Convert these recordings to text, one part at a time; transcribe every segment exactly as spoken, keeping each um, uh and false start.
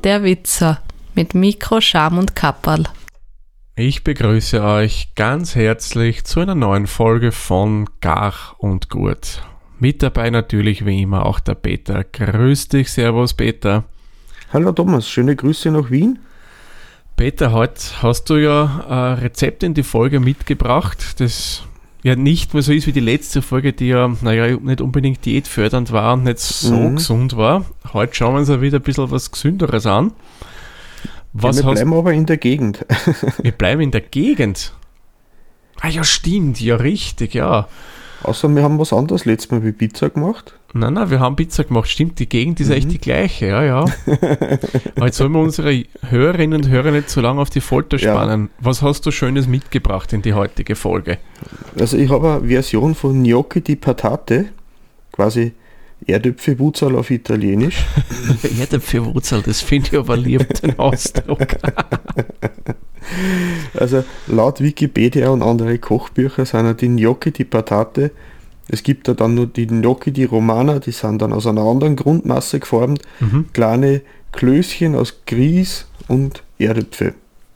der Witzer mit Mikro, Scham und Kapperl. Ich begrüße euch ganz herzlich zu einer neuen Folge von Gach und Gut. Mit dabei natürlich wie immer auch der Peter. Grüß dich, servus Peter. Hallo Thomas, schöne Grüße nach Wien. Peter, heute hast du ja ein Rezept in die Folge mitgebracht, das ja nicht mehr so ist wie die letzte Folge, die ja, naja, nicht unbedingt diätfördernd war und nicht so mhm. gesund war. Heute schauen wir uns ja wieder ein bisschen was Gesünderes an. Was ja, wir hast... bleiben aber in der Gegend. Wir bleiben in der Gegend? Ah ja, stimmt, ja richtig, ja. Außer wir haben was anderes letztes Mal wie Pizza gemacht. Nein, nein, wir haben Pizza gemacht, stimmt, die Gegend ist mhm. echt die gleiche, ja, ja. Aber jetzt sollen wir unsere Hörerinnen und Hörer nicht so lange auf die Folter spannen. Ja. Was hast du Schönes mitgebracht in die heutige Folge? Also ich habe eine Version von Gnocchi di Patate, quasi Erdäpfelwurzel auf Italienisch. Erdäpfelwurzel, das finde ich aber lieb, den Ausdruck. Also laut Wikipedia und andere Kochbücher sind ja die Gnocchi di Patate. Es gibt ja dann nur die Gnocchi di Romana, die sind dann aus einer anderen Grundmasse geformt. Mhm. Kleine Klößchen aus Grieß und Erdäpfel.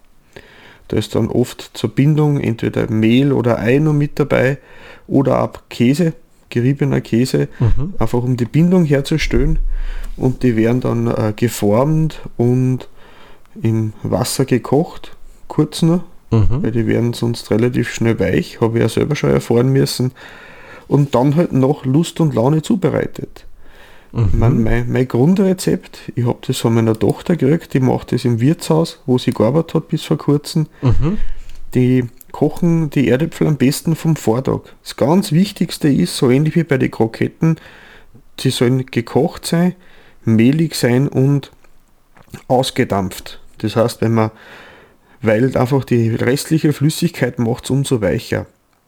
Da ist dann oft zur Bindung entweder Mehl oder Ei noch mit dabei oder auch Käse, geriebener Käse, mhm. einfach um die Bindung herzustellen. Und die werden dann äh, geformt und im Wasser gekocht, kurz nur, mhm. weil die werden sonst relativ schnell weich, habe ich ja selber schon erfahren müssen. Und dann halt nach Lust und Laune zubereitet. Mhm. Mein, mein, mein Grundrezept, ich habe das von meiner Tochter gekriegt, die macht das im Wirtshaus, wo sie gearbeitet hat bis vor kurzem. Mhm. Die kochen die Erdäpfel am besten vom Vortag. Das ganz Wichtigste ist, so ähnlich wie bei den Kroketten, sie sollen gekocht sein, mehlig sein und ausgedampft. Das heißt, wenn man, weil einfach die restliche Flüssigkeit macht es umso weicher.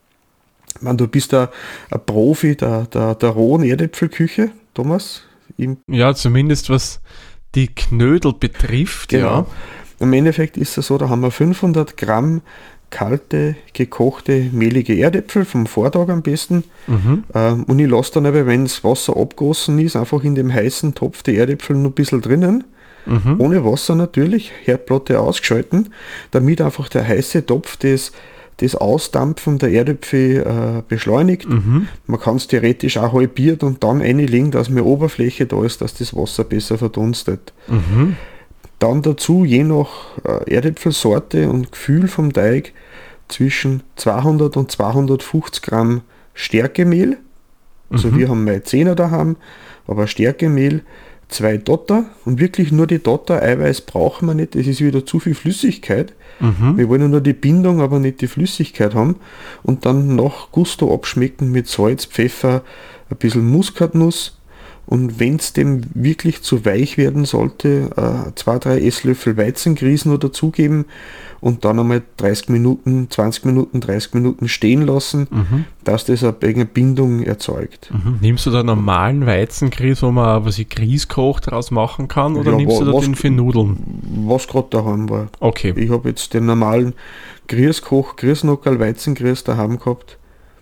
Ich meine, du bist ein Profi der, der, der rohen Erdäpfelküche, Thomas. Im ja, zumindest was die Knödel betrifft. Genau. Ja. Im Endeffekt ist es so, da haben wir fünfhundert Gramm kalte, gekochte, mehlige Erdäpfel vom Vortag am besten. Mhm. Ähm, und ich lasse dann aber, wenn das Wasser abgegossen ist, einfach in dem heißen Topf die Erdäpfel noch ein bisschen drinnen. Mhm. Ohne Wasser natürlich, Herdplatte ausgeschalten, damit einfach der heiße Topf das das Ausdampfen der Erdäpfel äh, beschleunigt. Mhm. Man kann es theoretisch auch halbiert und dann reinlegen, dass mehr Oberfläche da ist, dass das Wasser besser verdunstet. Mhm. Dann dazu, je nach äh, Erdäpfelsorte und Gefühl vom Teig, zwischen zweihundert und zweihundertfünfzig Gramm Stärkemehl. Also mhm. wir haben mal Zehner daheim, aber Stärkemehl, zwei Dotter und wirklich nur die Dotter. Eiweiß brauchen wir nicht, das ist wieder zu viel Flüssigkeit. Mhm. Wir wollen nur die Bindung, aber nicht die Flüssigkeit haben. Und dann nach Gusto abschmecken mit Salz, Pfeffer, ein bisschen Muskatnuss. Und wenn es dem wirklich zu weich werden sollte, äh, zwei, drei Esslöffel Weizengrieß noch dazugeben und dann einmal dreißig Minuten, zwanzig Minuten, dreißig Minuten stehen lassen, mhm. dass das eine Bindung erzeugt. Mhm. Nimmst du da normalen Weizengrieß, wo man was ich Grieß kocht daraus machen kann, oder ja, nimmst du da was, den für Nudeln? Was gerade daheim war. Okay. Ich habe jetzt den normalen Grießkoch, Grießnockerl, Weizengrieß daheim gehabt.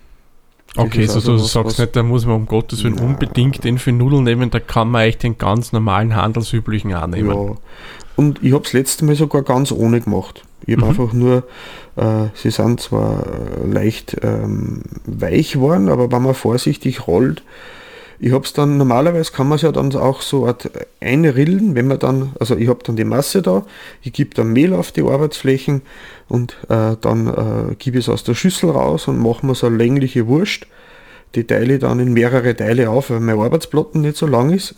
Okay, so also du was, sagst was nicht, da muss man um Gottes Willen unbedingt den für Nudeln nehmen, da kann man eigentlich den ganz normalen handelsüblichen annehmen. Ja. Und ich habe das letzte Mal sogar ganz ohne gemacht. Ich habe mhm. einfach nur, äh, sie sind zwar leicht ähm, weich geworden, aber wenn man vorsichtig rollt, ich habe es dann, normalerweise kann man es ja dann auch so einrillen, wenn man dann, also ich habe dann die Masse da, ich gebe dann Mehl auf die Arbeitsflächen und äh, dann äh, gebe ich es aus der Schüssel raus und mache mir so eine längliche Wurst. Die teile ich dann in mehrere Teile auf, weil mein Arbeitsplatten nicht so lang ist.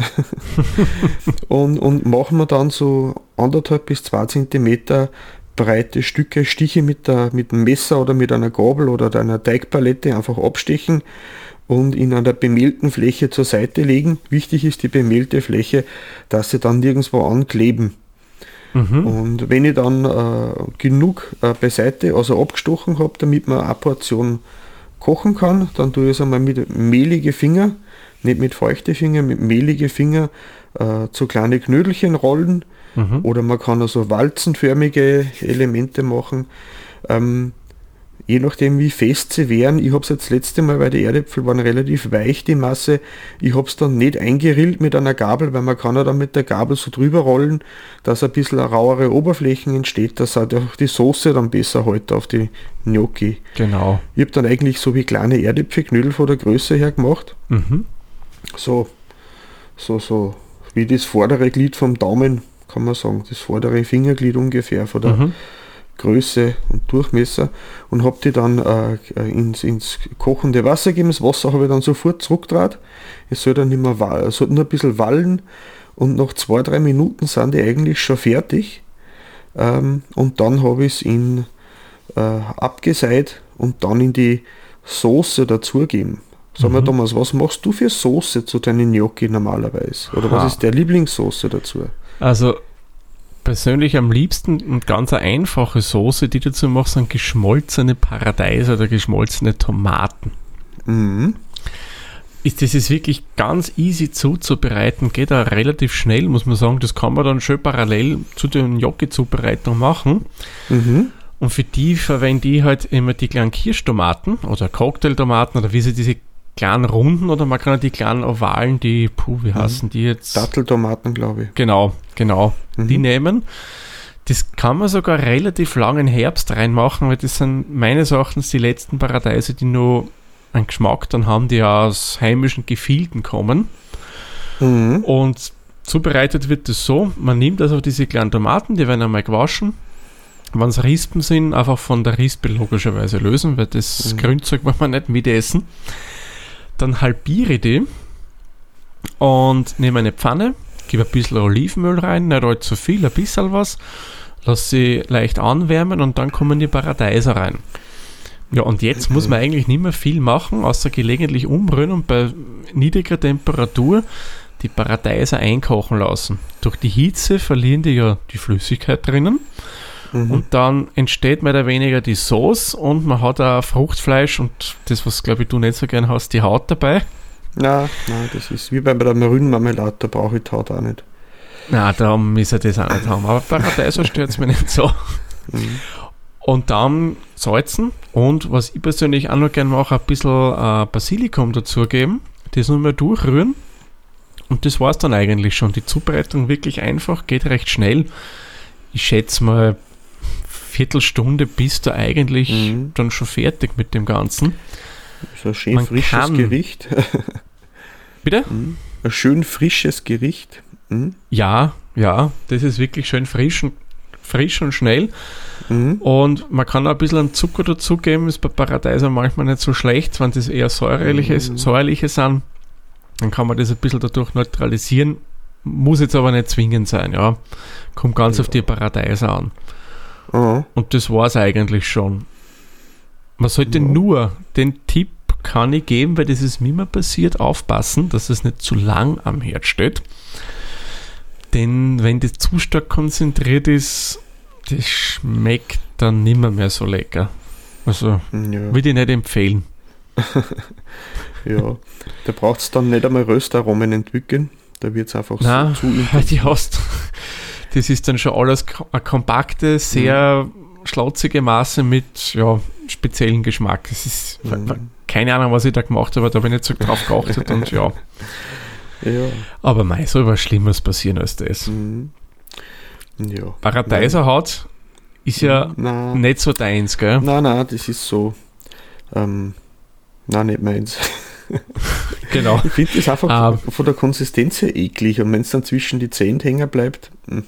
und und machen wir dann so anderthalb bis zwei Zentimeter breite Stücke, Stiche mit, der, mit dem Messer oder mit einer Gabel oder einer Teigpalette einfach abstechen und in einer bemehlten Fläche zur Seite legen. Wichtig ist die bemehlte Fläche, dass sie dann nirgendwo ankleben. Mhm. Und wenn ich dann äh, genug äh, beiseite, also abgestochen habe, damit man eine Portion kochen kann, dann tue ich es einmal mit mehlige Finger, nicht mit feuchte Finger, mit mehlige Finger äh, zu kleine Knödelchen rollen. Mhm. Oder man kann also walzenförmige Elemente machen. Ähm, je nachdem wie fest sie wären, ich habe es jetzt das letzte Mal, weil die Erdäpfel waren relativ weich, die Masse, ich habe es dann nicht eingerillt mit einer Gabel, weil man kann ja dann mit der Gabel so drüber rollen, dass ein bisschen rauere Oberflächen entsteht, dass auch die Soße dann besser hält auf die Gnocchi. Genau. Ich habe dann eigentlich so wie kleine Erdäpfelknödel von der Größe her gemacht. Mhm. So, so, so, wie das vordere Glied vom Daumen, kann man sagen, das vordere Fingerglied ungefähr von der Mhm. Größe und Durchmesser, und habe die dann äh, ins, ins kochende Wasser gegeben. Das Wasser habe ich dann sofort zurückgedreht. Es soll dann nicht mehr wa- es soll nur ein bisschen wallen, und nach zwei, drei Minuten sind die eigentlich schon fertig. Ähm, und dann habe ich es in äh, abgeseit und dann in die Soße dazugeben. Sag mal, Mhm. Thomas, was machst du für Soße zu deinen Gnocchi normalerweise? Oder Ha. was ist der Lieblingssoße dazu? Also persönlich am liebsten und ganz eine einfache Soße, die dazu machst, sind geschmolzene Paradeiser oder geschmolzene Tomaten. Mhm. Ist, das ist wirklich ganz easy zuzubereiten, geht auch relativ schnell, muss man sagen. Das kann man dann schön parallel zu der Gnocchi-Zubereitung machen. Mhm. Und für die verwende ich halt immer die kleinen Kirschtomaten oder Cocktailtomaten oder wie sie diese kleinen runden, oder man kann auch die kleinen ovalen, die, puh, wie heißen die jetzt? Datteltomaten, glaube ich. Genau, genau. Mhm. Die nehmen. Das kann man sogar relativ lang in Herbst reinmachen, weil das sind meines Erachtens die letzten Paradeise, die nur einen Geschmack dann haben, die aus heimischen Gefilden kommen. Mhm. Und zubereitet wird das so, man nimmt also diese kleinen Tomaten, die werden einmal gewaschen. Wenn es Rispen sind, einfach von der Rispe logischerweise lösen, weil das Mhm. Grünzeug will man nicht mitessen. Dann halbiere ich die und nehme eine Pfanne, gebe ein bisschen Olivenöl rein, nicht allzu viel, ein bisschen was, lasse sie leicht anwärmen und dann kommen die Paradeiser rein. Ja, und jetzt muss man eigentlich nicht mehr viel machen, außer gelegentlich umrühren und bei niedriger Temperatur die Paradeiser einkochen lassen. Durch die Hitze verlieren die ja die Flüssigkeit drinnen. Mhm. Und dann entsteht mehr oder weniger die Sauce und man hat auch Fruchtfleisch und das, was glaube ich du nicht so gern hast, die Haut dabei. Na, na, das ist wie bei der Marillenmarmelade, da brauche ich die Haut auch nicht. Na, darum ist er das auch nicht haben. Aber Paradeiser stört es mir nicht so. Mhm. Und dann salzen und was ich persönlich auch noch gerne mache, ein bisschen äh, Basilikum dazugeben, das nur mal durchrühren und das war es dann eigentlich schon. Die Zubereitung wirklich einfach, geht recht schnell. Ich schätze mal Viertelstunde bist du eigentlich Mhm. dann schon fertig mit dem Ganzen. So ein schön Man frisches kann- Gericht. Bitte? Mhm. Ein schön frisches Gericht. Mhm. Ja, ja, das ist wirklich schön frisch und, frisch und schnell. Mhm. Und man kann auch ein bisschen Zucker dazugeben, ist bei Paradeiser manchmal nicht so schlecht, wenn das eher säuerliche, Mhm. säuerliche sind. Dann kann man das ein bisschen dadurch neutralisieren. Muss jetzt aber nicht zwingend sein, ja. Kommt ganz Ja. auf die Paradeiser an. Aha. Und das war es eigentlich schon. Man sollte Ja. nur, den Tipp kann ich geben, weil das ist mir immer passiert, aufpassen, dass es nicht zu lang am Herd steht. Denn wenn das zu stark konzentriert ist, das schmeckt dann nimmer mehr so lecker. Also Ja. würde ich nicht empfehlen. Ja. Da braucht es dann nicht einmal Röstaromen entwickeln. Da wird es einfach Nein, so zu weil intensiv. die hast, das ist dann schon alles ko- eine kompakte, sehr schlotzige Masse mit ja, speziellen Geschmack. Das ist Mhm. keine Ahnung, was ich da gemacht habe, da habe ich nicht so drauf geachtet und ja. Ja. Aber mei, soll was Schlimmes passieren als das. Mhm. Ja. Paradeiserhaut ist ja Nein. nicht so deins, gell? Nein, nein, das ist so. Ähm, nein, nicht meins. Genau. Ich finde das einfach Ah. von der Konsistenz her eklig, und wenn es dann zwischen die Zähne hängen bleibt. hm.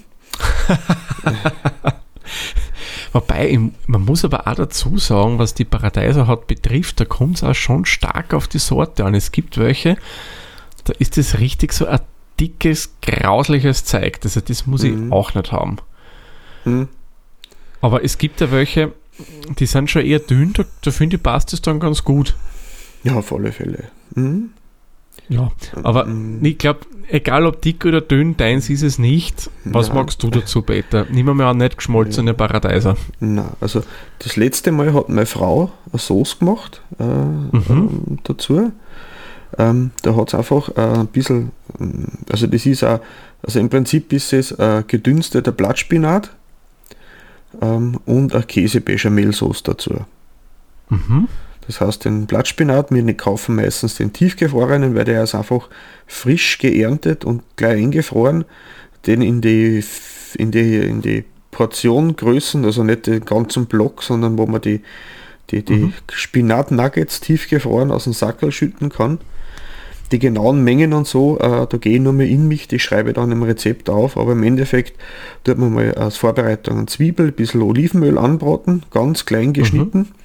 Wobei, ich- man muss aber auch dazu sagen, was die Paradeiserhaut betrifft, da kommt es auch schon stark auf die Sorte an. Es gibt welche, da ist das richtig so ein dickes, grausliches Zeug. Also das muss Mhm. ich auch nicht haben. Hm. Aber es gibt ja welche, die sind schon eher dünn, da, da finde ich, passt es dann ganz gut. Ja, auf alle Fälle. Hm. Ja, aber Hm. ich glaube, egal ob dick oder dünn, deins ist es nicht. Was Nein. magst du dazu, Peter? Nimm mir an, nicht geschmolzene Paradeiser. Na, also das letzte Mal hat meine Frau eine Sauce gemacht äh, ähm, dazu. Ähm, da hat es einfach äh, ein bisschen, ähm, also das ist auch, also im Prinzip ist es äh, gedünsteter Blattspinat ähm, und eine Käse-Bechamel-Sauce dazu. Mhm. Das heißt, den Blattspinat, wir kaufen meistens den tiefgefrorenen, weil der ist einfach frisch geerntet und gleich eingefroren, den in die, in die, in die Portiongrößen, also nicht den ganzen Block, sondern wo man die, die, die mhm. Spinat-Nuggets tiefgefroren aus dem Sackerl schütten kann. Die genauen Mengen und so, äh, da gehe ich nur mal in mich, die schreibe ich dann im Rezept auf, aber im Endeffekt tut man mal als Vorbereitung eine Zwiebel, ein bisschen Olivenöl anbraten, ganz klein geschnitten. Mhm.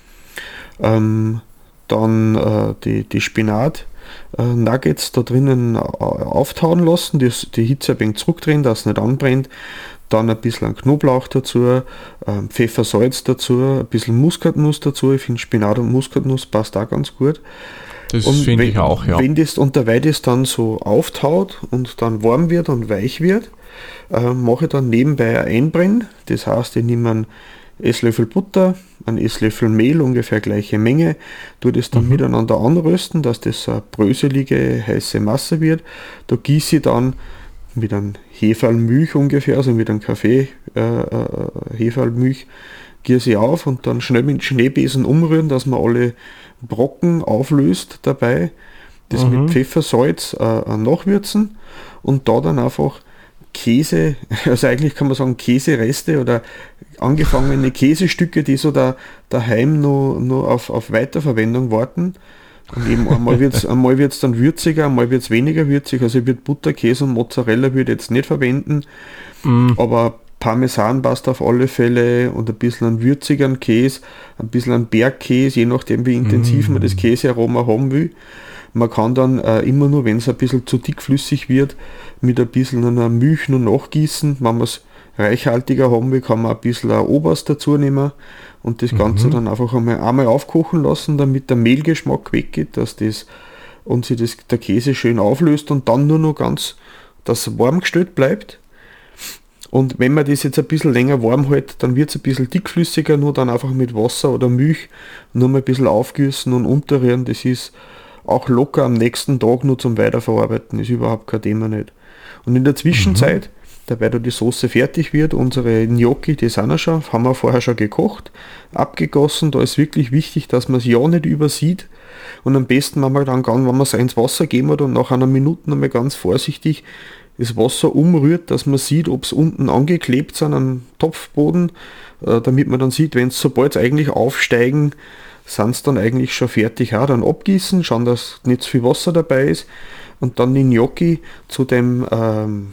Ähm, dann äh, die, die Spinat-Nuggets äh, da drinnen äh, auftauen lassen, die, die Hitze ein wenig zurückdrehen, dass es nicht anbrennt. Dann ein bisschen Knoblauch dazu, äh, Pfeffer, Salz dazu, ein bisschen Muskatnuss dazu. Ich finde Spinat und Muskatnuss passt auch ganz gut. Das finde ich auch, ja. Wenn das und dabei das dann so auftaut und dann warm wird und weich wird, äh, mache ich dann nebenbei ein Einbrennen. Das heißt, ich nehme einen Esslöffel Butter, einen Esslöffel Mehl, ungefähr gleiche Menge, tue das dann mhm. miteinander anrösten, dass das eine bröselige, heiße Masse wird. Da gieße ich dann mit einem Heferlmilch ungefähr, also mit einem Kaffee äh, äh, Heferlmilch, gieße ich auf und dann schnell mit dem Schneebesen umrühren, dass man alle Brocken auflöst dabei, das mhm. mit Pfeffer, Salz äh, nachwürzen und da dann einfach Käse, also eigentlich kann man sagen Käsereste oder angefangene Käsestücke, die so da daheim nur, nur auf, auf Weiterverwendung warten. Und eben einmal wird es einmal wird's dann würziger, einmal wird es weniger würzig. Also ich würde Butter, Käse und Mozzarella würde jetzt nicht verwenden, mm. aber Parmesan passt auf alle Fälle und ein bisschen einen würzigeren Käse, ein bisschen einen Bergkäse, je nachdem wie intensiv mm. man das Käsearoma haben will. Man kann dann äh, immer nur, wenn es ein bisschen zu dickflüssig wird, mit ein bisschen einer Milch nur nachgießen. Wenn man es reichhaltiger haben will, kann man ein bisschen ein Oberst dazu nehmen und das Ganze mhm. dann einfach einmal, einmal aufkochen lassen, damit der Mehlgeschmack weggeht, dass das und sich das, der Käse schön auflöst und dann nur noch ganz, dass es warm gestellt bleibt. Und wenn man das jetzt ein bisschen länger warm hält, dann wird es ein bisschen dickflüssiger, nur dann einfach mit Wasser oder Milch nur mal ein bisschen aufgießen und unterrühren. Das ist auch locker am nächsten Tag nur zum Weiterverarbeiten, ist überhaupt kein Thema nicht. Und in der Zwischenzeit, mhm. dabei da die Soße fertig wird, unsere Gnocchi, die sind ja schon, haben wir vorher schon gekocht, abgegossen, da ist wirklich wichtig, dass man es ja nicht übersieht und am besten, wenn man dann, wenn man es ins Wasser geben hat und nach einer Minute einmal ganz vorsichtig das Wasser umrührt, dass man sieht, ob es unten angeklebt sind am Topfboden, äh, damit man dann sieht, wenn es sobald es eigentlich aufsteigen, sind es dann eigentlich schon fertig. Auch dann abgießen, schauen, dass nicht zu viel Wasser dabei ist und dann die Gnocchi zu dem ähm,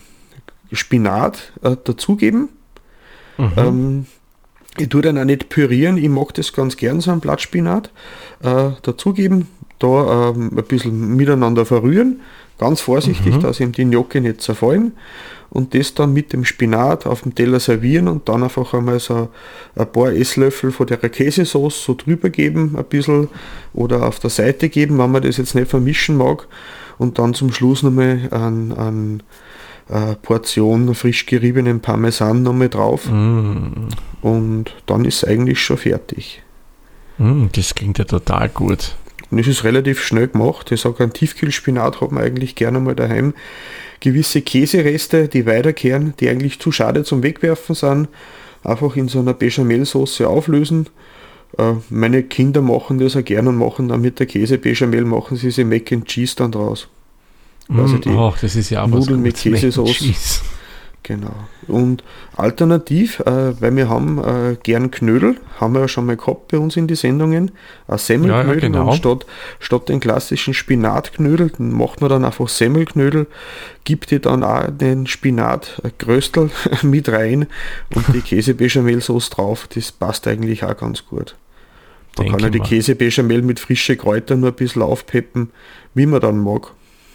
Spinat äh, dazugeben. Mhm. Ähm, ich tue dann auch nicht pürieren, ich mag das ganz gern, so ein Blattspinat äh, dazugeben, da ähm, ein bisschen miteinander verrühren, ganz vorsichtig, mhm. dass ihm die Gnocchi nicht zerfallen und das dann mit dem Spinat auf dem Teller servieren und dann einfach einmal so ein paar Esslöffel von der Käsesauce so drüber geben, ein bisschen oder auf der Seite geben, wenn man das jetzt nicht vermischen mag und dann zum Schluss nochmal ein, ein eine Portion frisch geriebenen Parmesan nochmal drauf mm. und dann ist es eigentlich schon fertig. Mm, das klingt ja total gut. Und es ist relativ schnell gemacht. Ich sage, ein Tiefkühlspinat hat man eigentlich gerne mal daheim. Gewisse Käsereste, die weiterkehren, die eigentlich zu schade zum Wegwerfen sind, einfach in so einer Bechamelsauce auflösen. Äh, meine Kinder machen das auch gerne und machen dann mit der Käse-Bechamel, machen sie sie Mac and Cheese dann draus. Also die oh, das ist ja auch Nudeln mit Käsesauce. Genau. Und alternativ, äh, weil wir haben äh, gern Knödel, haben wir ja schon mal gehabt bei uns in die Sendungen, ein Semmelknödel, ja, ja, genau. Und statt, statt den klassischen Spinatknödel, dann macht man dann einfach Semmelknödel, gibt ihr dann auch den Spinatgröstel mit rein und die Käsebechamelsauce drauf, das passt eigentlich auch ganz gut. Man Denke kann ja die Käsebechamel mit frischen Kräutern nur ein bisschen aufpeppen, wie man dann mag.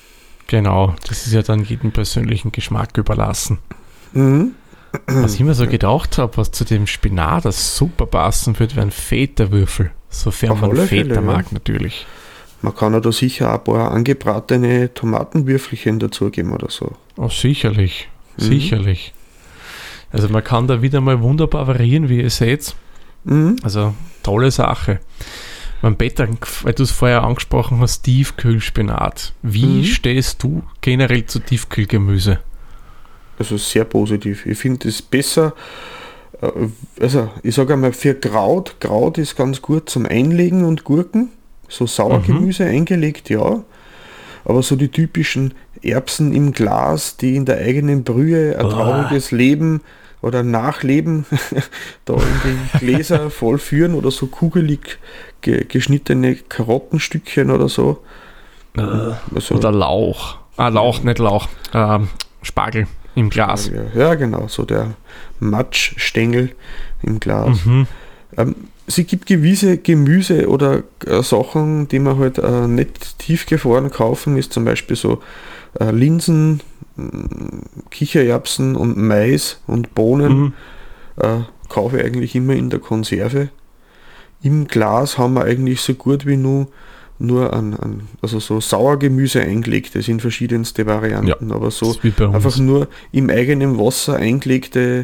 Genau, das ist ja dann jedem persönlichen Geschmack überlassen. Mhm. Was ich mir so gedacht habe, was zu dem Spinat das super passen wird, wären Feta-Würfel. Sofern man Feta Fälle, mag, ja. Natürlich. Man kann ja da sicher auch ein paar angebratene Tomatenwürfelchen dazugeben oder so. Oh, sicherlich, mhm. sicherlich. Also man kann da wieder mal wunderbar variieren, wie ihr seht. Mhm. Also tolle Sache. Mein Peter, weil du es vorher angesprochen hast, Tiefkühlspinat. Wie mhm. stehst du generell zu Tiefkühlgemüse? Also sehr positiv. Ich finde es besser, Also ich sage einmal, für Kraut, Kraut ist ganz gut zum Einlegen und Gurken. So Sauergemüse mhm. eingelegt, ja. Aber so die typischen Erbsen im Glas, die in der eigenen Brühe ein trauriges Leben oder Nachleben da in die Gläser vollführen oder so kugelig ge- geschnittene Karottenstückchen oder so. Also, oder Lauch. Ah, Lauch, ja. nicht Lauch. Ähm, Spargel im Glas. Spargel, ja, genau, so der Matschstängel im Glas. Mhm. Ähm, es gibt gewisse Gemüse oder äh, Sachen, die man halt äh, nicht tiefgefroren kaufen, ist zum Beispiel so äh, Linsen, Kichererbsen und Mais und Bohnen mhm. äh, kaufe ich eigentlich immer in der Konserve. Im Glas haben wir eigentlich so gut wie nur, nur an, an also so Sauergemüse eingelegt, das in verschiedenste Varianten, ja, aber so einfach nur im eigenen Wasser eingelegte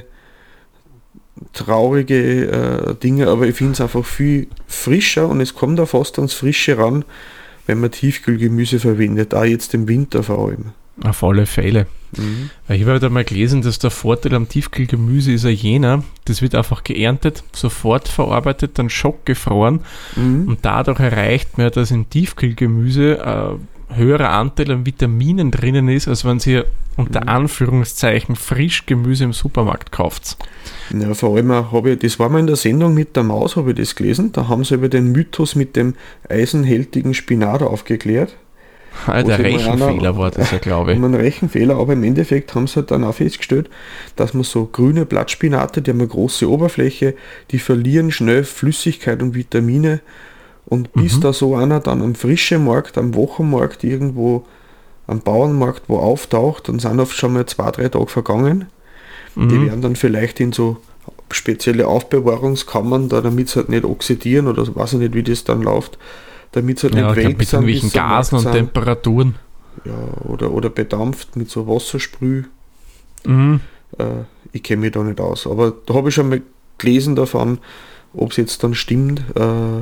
traurige äh, Dinge, aber ich finde es einfach viel frischer und es kommt da fast ans Frische ran, wenn man Tiefkühlgemüse verwendet, auch jetzt im Winter vor allem. Auf alle Fälle. Mhm. Ich habe halt mal gelesen, dass der Vorteil am Tiefkühlgemüse ist ja jener, das wird einfach geerntet, sofort verarbeitet, dann schockgefroren mhm. und dadurch erreicht man, dass im Tiefkühlgemüse ein höherer Anteil an Vitaminen drinnen ist, als wenn sie unter mhm. Anführungszeichen Frischgemüse im Supermarkt kauft. Ja, vor allem habe ich, das war mal in der Sendung mit der Maus, habe ich das gelesen, da haben sie über den Mythos mit dem eisenhältigen Spinat aufgeklärt. Ah, der Rechenfehler einer, war das ja, glaube ich. Ein Rechenfehler, aber im Endeffekt haben sie halt dann auch festgestellt, dass man so grüne Blattspinate, die haben eine große Oberfläche, die verlieren schnell Flüssigkeit und Vitamine und bis mhm. da so einer dann am frischen Markt, am Wochenmarkt irgendwo am Bauernmarkt wo auftaucht, dann sind oft schon mal zwei, drei Tage vergangen. Mhm. Die werden dann vielleicht in so spezielle Aufbewahrungskammern, da damit sie halt nicht oxidieren oder weiß ich nicht, wie das dann läuft, damit es halt ja, nicht welk mit irgendwelchen Gasen und Temperaturen. Ja, oder, oder bedampft mit so Wassersprüh. Mhm. Äh, ich kenne mich da nicht aus. Aber da habe ich schon mal gelesen davon, ob es jetzt dann stimmt, äh,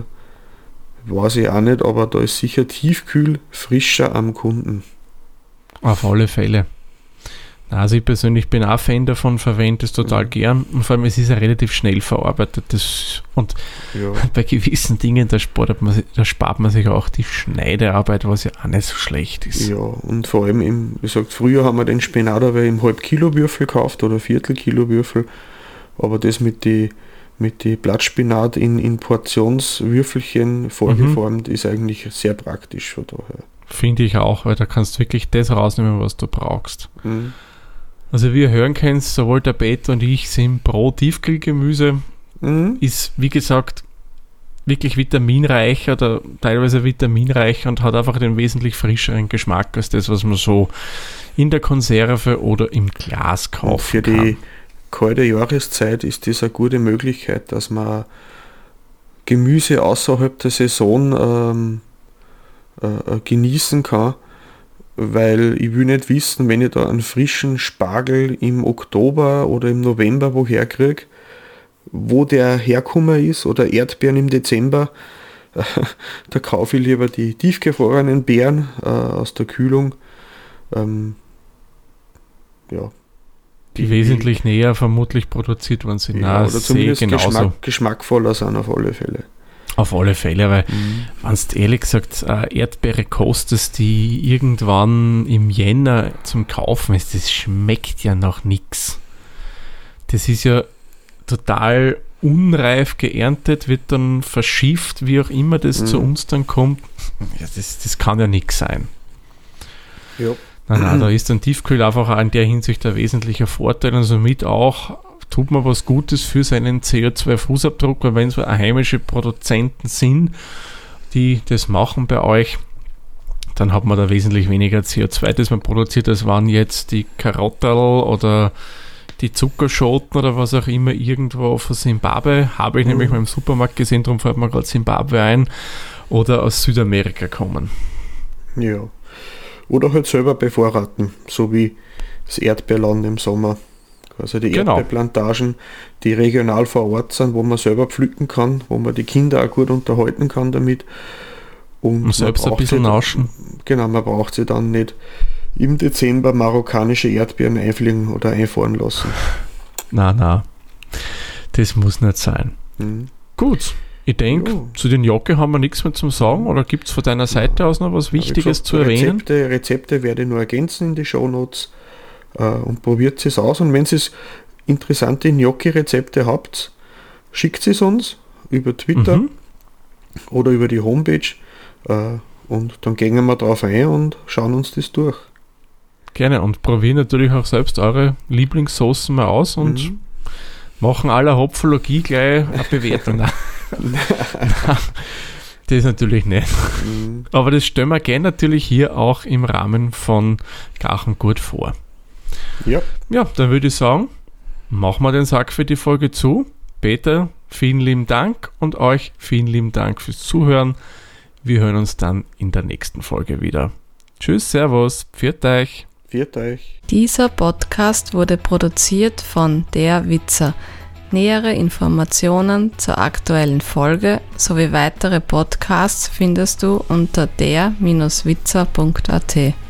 weiß ich auch nicht, aber da ist sicher Tiefkühl frischer am Kunden. Auf alle Fälle. Also ich persönlich bin auch Fan davon, verwende es total mhm. gern und vor allem es ist ja relativ schnell verarbeitet das, und ja. bei gewissen Dingen da spart, man, da spart man sich auch die Schneidearbeit, was ja auch nicht so schlecht ist. Ja, und vor allem, im, wie gesagt, früher haben wir den Spinat aber im Halb-Kilo-Würfel gekauft oder Viertel-Kilo-Würfel, aber das mit die mit die Blattspinat in, in Portionswürfelchen vorgeformt mhm. ist eigentlich sehr praktisch von daher. Finde ich auch, weil da kannst du wirklich das rausnehmen, was du brauchst. Mhm. Also wie ihr hören könnt, sowohl der Peter und ich sind pro Tiefkühlgemüse. Mhm. Ist, wie gesagt, wirklich vitaminreich oder teilweise vitaminreich und hat einfach den wesentlich frischeren Geschmack als das, was man so in der Konserve oder im Glas kaufen und für kann. Die kalte Jahreszeit ist das eine gute Möglichkeit, dass man Gemüse außerhalb der Saison ähm, äh, genießen kann, weil ich will nicht wissen, wenn ich da einen frischen Spargel im Oktober oder im November woher kriege, wo der herkommen ist, oder Erdbeeren im Dezember, äh, da kaufe ich lieber die tiefgefrorenen Beeren äh, aus der Kühlung. Ähm, ja. Die, die wesentlich näher vermutlich produziert worden sind. Ja, Nein, oder zumindest Geschmack, geschmackvoller sind auf alle Fälle. Auf alle Fälle, weil mhm. wenn du ehrlich gesagt Erdbeere kostest, die irgendwann im Jänner zum Kaufen ist, das schmeckt ja nach nichts. Das ist ja total unreif geerntet, wird dann verschifft, wie auch immer das mhm. zu uns dann kommt. Ja, das, das kann ja nichts sein. Ja. Nein, nein, da ist dann Tiefkühl einfach auch in der Hinsicht ein wesentlicher Vorteil und somit auch tut man was Gutes für seinen C O zwei Fußabdruck, weil wenn es heimische Produzenten sind, die das machen bei euch, dann hat man da wesentlich weniger C O zwei, das man produziert, als waren jetzt die Karotterl oder die Zuckerschoten oder was auch immer irgendwo von Zimbabwe, habe ich mhm. nämlich mal im Supermarkt gesehen, darum fällt mir gerade Zimbabwe ein, oder aus Südamerika kommen. Ja. Oder halt selber bevorraten, so wie das Erdbeerland im Sommer. Also die genau. Erdbeerplantagen, die regional vor Ort sind, wo man selber pflücken kann, wo man die Kinder auch gut unterhalten kann damit. Und, und selbst ein bisschen nauschen. Genau, man braucht sie dann nicht im Dezember marokkanische Erdbeeren einfliegen oder einfahren lassen. Na, na. Das muss nicht sein. Mhm. Gut, ich denke, Jo. zu den Gnocchi haben wir nichts mehr zum Sagen, oder gibt es von deiner Seite aus noch was Wie Wichtiges gesagt, zu erwähnen? Rezepte, Rezepte werde ich nur ergänzen in die Shownotes äh, und probiert es aus. Und wenn ihr interessante Gnocchi-Rezepte habt, schickt es uns über Twitter Mhm. oder über die Homepage äh, und dann gehen wir drauf ein und schauen uns das durch. Gerne, und probieren natürlich auch selbst eure Lieblingssoßen mal aus und Mhm. machen aller Hopfologie gleich eine Bewertung. Nein. Das natürlich nicht. Mhm. Aber das stellen wir gerne natürlich hier auch im Rahmen von Gachengurt vor. Ja, Ja, dann würde ich sagen, machen wir den Sack für die Folge zu. Peter, vielen lieben Dank und euch vielen lieben Dank fürs Zuhören. Wir hören uns dann in der nächsten Folge wieder. Tschüss, Servus, pfiat euch. viert euch. Dieser Podcast wurde produziert von Der Witzer. Nähere Informationen zur aktuellen Folge sowie weitere Podcasts findest du unter der Bindestrich witzer punkt at.